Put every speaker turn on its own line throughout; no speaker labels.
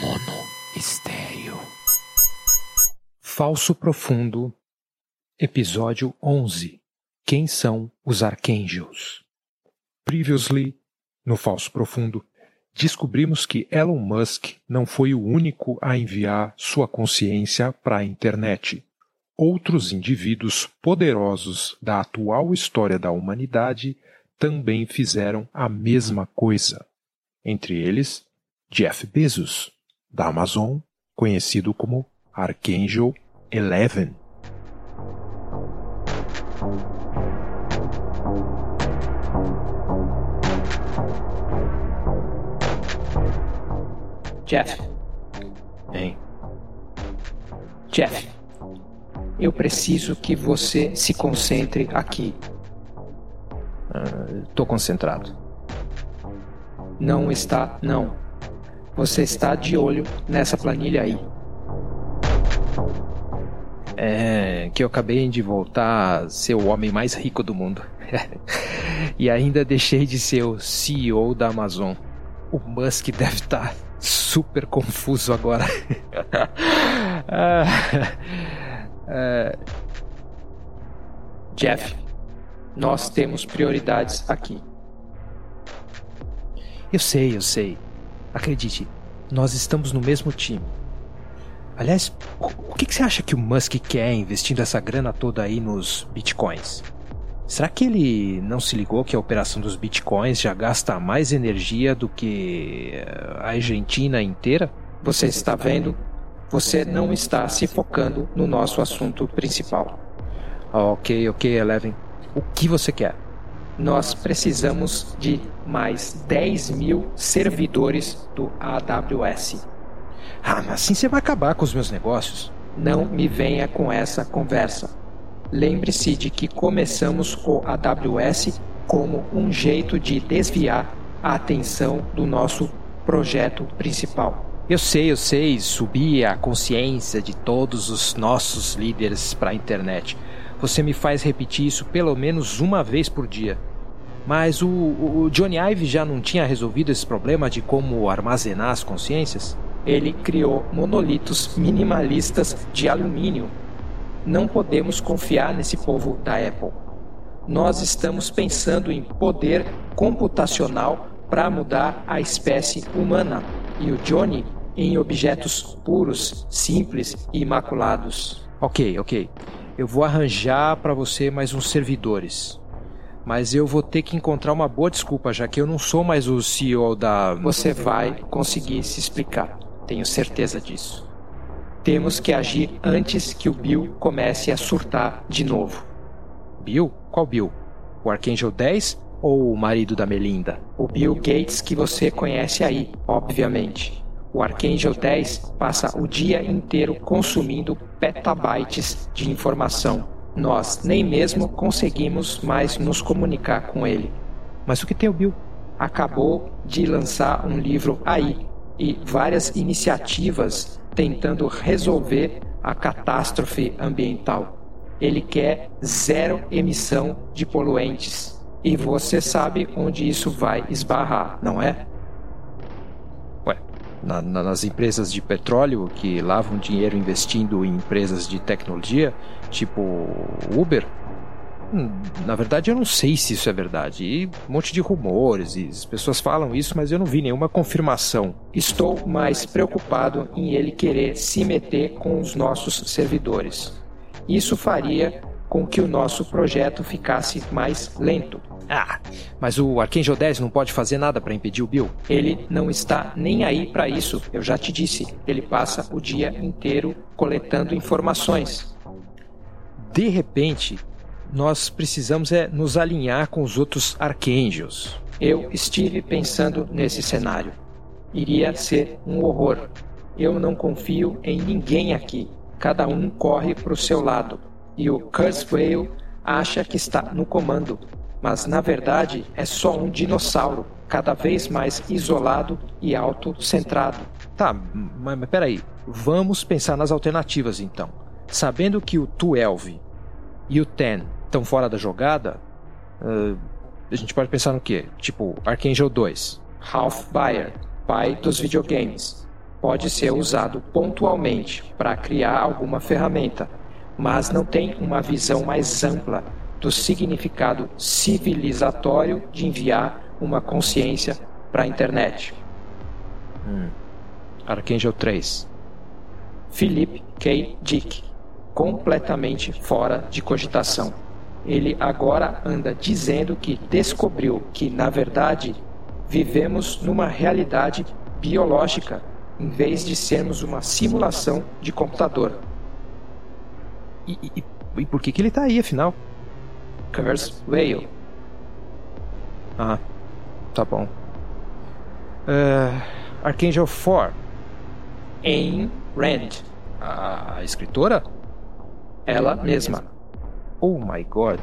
Mono Estéreo.
Falso Profundo, Episódio 11. Quem são os Archangels? Previously, no Falso Profundo, descobrimos que Elon Musk não foi o único a enviar sua consciência para a internet. Outros indivíduos poderosos da atual história da humanidade também fizeram a mesma coisa. Entre eles, Jeff Bezos, da Amazon, conhecido como Archangel 11.
Jeff.
Hein?
Jeff, eu preciso que você se concentre aqui.
Tô concentrado.
Não está, não. Você está de olho nessa planilha aí.
É que eu acabei de voltar a ser o homem mais rico do mundo. E ainda deixei de ser o CEO da Amazon. O Musk deve estar super confuso agora.
Jeff, nós temos prioridades aqui.
Eu sei. Acredite, nós estamos no mesmo time. Aliás, o que você acha que o Musk quer investindo essa grana toda aí nos bitcoins? Será que ele não se ligou que a operação dos bitcoins já gasta mais energia do que a Argentina inteira?
Você está vendo? Você não está se focando no nosso assunto principal.
Ok, Eleven. O que você quer?
Nós precisamos de mais 10 mil servidores do AWS.
Mas assim você vai acabar com os meus negócios.
Não me venha com essa conversa. Lembre-se de que começamos o AWS como um jeito de desviar a atenção do nosso projeto principal.
Eu sei, subir a consciência de todos os nossos líderes para a internet. Você me faz repetir isso pelo menos uma vez por dia. Mas o Johnny Ive já não tinha resolvido esse problema de como armazenar as consciências?
Ele criou monolitos minimalistas de alumínio. Não podemos confiar nesse povo da Apple. Nós estamos pensando em poder computacional para mudar a espécie humana. E o Johnny em objetos puros, simples e imaculados.
Ok. Eu vou arranjar para você mais uns servidores. Mas eu vou ter que encontrar uma boa desculpa, já que eu não sou mais o CEO da...
Você vai conseguir se explicar. Tenho certeza disso. Temos que agir antes que o Bill comece a surtar de novo.
Bill? Qual Bill? O Archangel 10 ou o marido da Melinda?
O Bill Gates que você conhece aí, obviamente. O Archangel 10 passa o dia inteiro consumindo petabytes de informação. Nós nem mesmo conseguimos mais nos comunicar com ele.
Mas o que tem o Bill?
Acabou de lançar um livro aí e várias iniciativas tentando resolver a catástrofe ambiental. Ele quer zero emissão de poluentes. E você sabe onde isso vai esbarrar, não é?
Nas empresas de petróleo que lavam dinheiro investindo em empresas de tecnologia, tipo Uber? Na verdade, eu não sei se isso é verdade. E um monte de rumores, e as pessoas falam isso, mas eu não vi nenhuma confirmação.
Estou mais preocupado em ele querer se meter com os nossos servidores. Isso faria com que o nosso projeto ficasse mais lento.
Mas o Archangel 10 não pode fazer nada para impedir o Bill?
Ele não está nem aí para isso, eu já te disse. Ele passa o dia inteiro coletando informações.
De repente, nós precisamos nos alinhar com os outros Archangels.
Eu estive pensando nesse cenário. Iria ser um horror. Eu não confio em ninguém aqui. Cada um corre para o seu lado. E o Kurzweil acha que está no comando. Mas, na verdade, é só um dinossauro, cada vez mais isolado e autocentrado.
Tá, mas peraí. Vamos pensar nas alternativas, então. Sabendo que o 12 e o 10 estão fora da jogada, a gente pode pensar no quê? Tipo, Archangel 2.
Ralph Baer, pai dos videogames. pode ser usado pontualmente para criar alguma ferramenta, mas não tem uma visão mais ampla do significado civilizatório de enviar uma consciência para a internet.
Archangel 3.
Philip K. Dick, completamente fora de cogitação. Ele agora anda dizendo que descobriu que, na verdade, vivemos numa realidade biológica, em vez de sermos uma simulação de computador.
E por que ele tá aí, afinal?
Kurzweil.
Ah, tá bom. Archangel 4.
Ayn Rand.
A escritora?
Ela mesma.
Oh my God.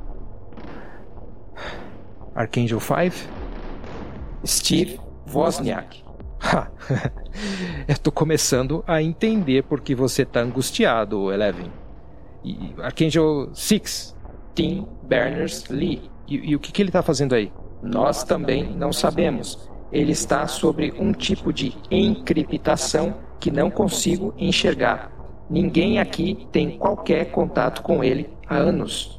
Archangel 5?
Steve Wozniak.
Eu tô começando a entender por que você tá angustiado, Eleven. E Archangel 6?
Tim Berners-Lee.
E o que ele tá fazendo aí?
Nós também não sabemos. Ele está sobre um tipo de encriptação que não consigo enxergar. Ninguém aqui tem qualquer contato com ele há anos.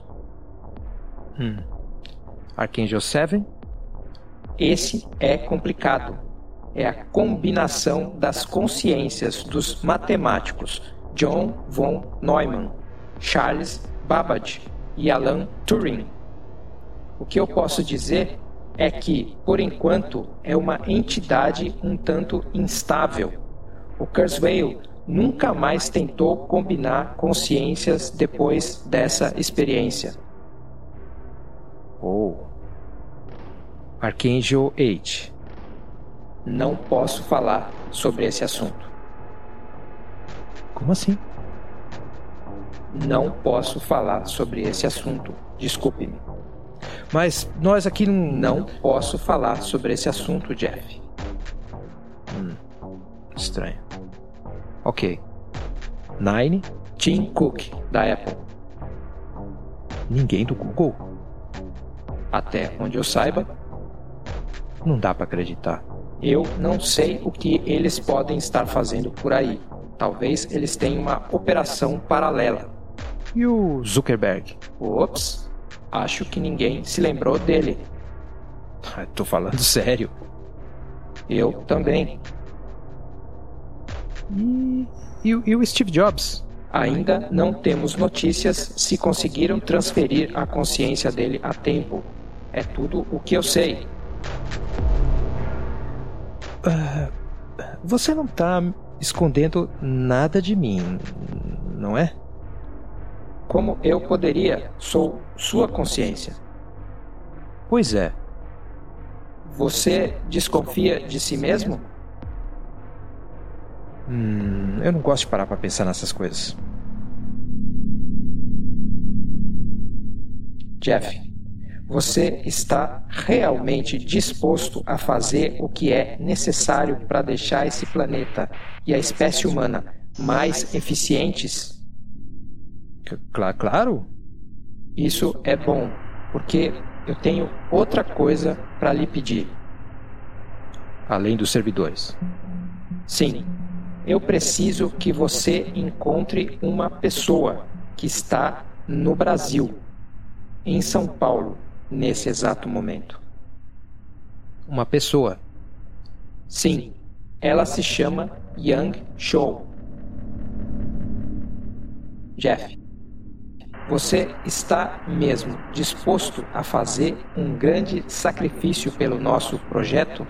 Archangel 7?
Esse é complicado. É a combinação das consciências dos matemáticos John von Neumann, Charles Babbage e Alan Turing. O que eu posso dizer é que, por enquanto, é uma entidade um tanto instável. O Kurzweil nunca mais tentou combinar consciências depois dessa experiência.
Archangel 8.
Não posso falar sobre esse assunto.
Como assim?
Não posso falar sobre esse assunto. Desculpe-me.
Mas nós aqui
Não posso falar sobre esse assunto, Jeff.
Estranho. Ok. 9?
Tim Cook, da Apple.
Ninguém do Google?
Até onde eu saiba,
Não dá pra acreditar.
eu não sei o que eles podem estar fazendo por aí. Talvez eles tenham uma operação paralela.
E o Zuckerberg?
Ops, acho que ninguém se lembrou dele.
Tô falando sério.
Eu também.
E o Steve Jobs?
Ainda não temos notícias se conseguiram transferir a consciência dele a tempo. É tudo o que eu sei.
Você não tá escondendo nada de mim, não é?
Como eu poderia? Sou sua consciência.
Pois é.
Você desconfia de si mesmo?
Eu não gosto de parar pra pensar nessas coisas.
Jeff, você está realmente disposto a fazer o que é necessário para deixar esse planeta e a espécie humana mais eficientes?
Claro.
Isso é bom, porque eu tenho outra coisa para lhe pedir.
Além dos servidores.
Sim, eu preciso que você encontre uma pessoa que está no Brasil, em São Paulo, nesse exato momento.
Uma pessoa.
Sim, ela se chama Yang Shou. Jeff, você está mesmo disposto a fazer um grande sacrifício pelo nosso projeto?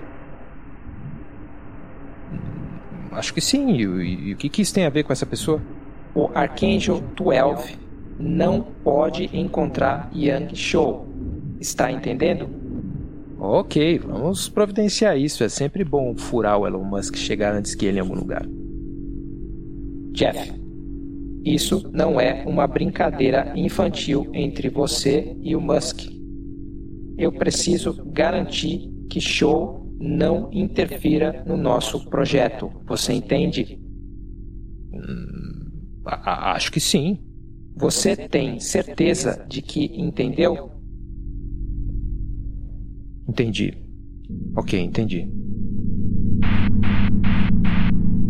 Acho que sim. E o que isso tem a ver com essa pessoa?
O Archangel 12 não pode encontrar Yang Shou. Está entendendo?
Ok, vamos providenciar isso. É sempre bom furar o Elon Musk chegar antes que ele em algum lugar.
Jeff, isso não é uma brincadeira infantil entre você e o Musk. Eu preciso garantir que Shou não interfira no nosso projeto. Você entende?
Acho que sim.
Você tem certeza de que entendeu?
Entendi. Ok, entendi.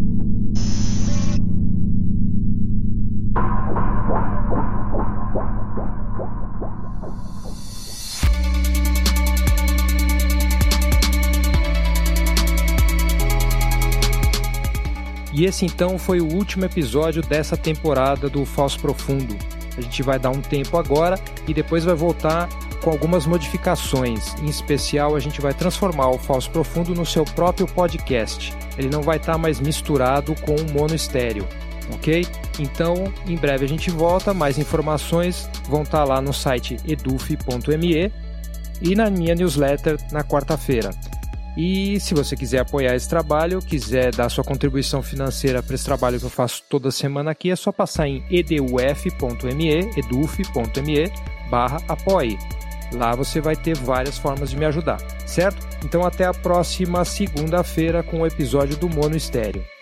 E esse então foi o último episódio dessa temporada do Falso Profundo. A gente vai dar um tempo agora e depois vai voltar com algumas modificações. Em especial, a gente vai transformar o Falso Profundo no seu próprio podcast. Ele não vai estar mais misturado com o mono estéreo, ok? Então, em breve a gente volta. Mais informações vão estar lá no site eduf.me e na minha newsletter na quarta-feira. E se você quiser apoiar esse trabalho, quiser dar sua contribuição financeira para esse trabalho que eu faço toda semana aqui, é só passar em eduf.me/apoie. Lá você vai ter várias formas de me ajudar, certo? Então até a próxima segunda-feira com o episódio do Mono Estéreo.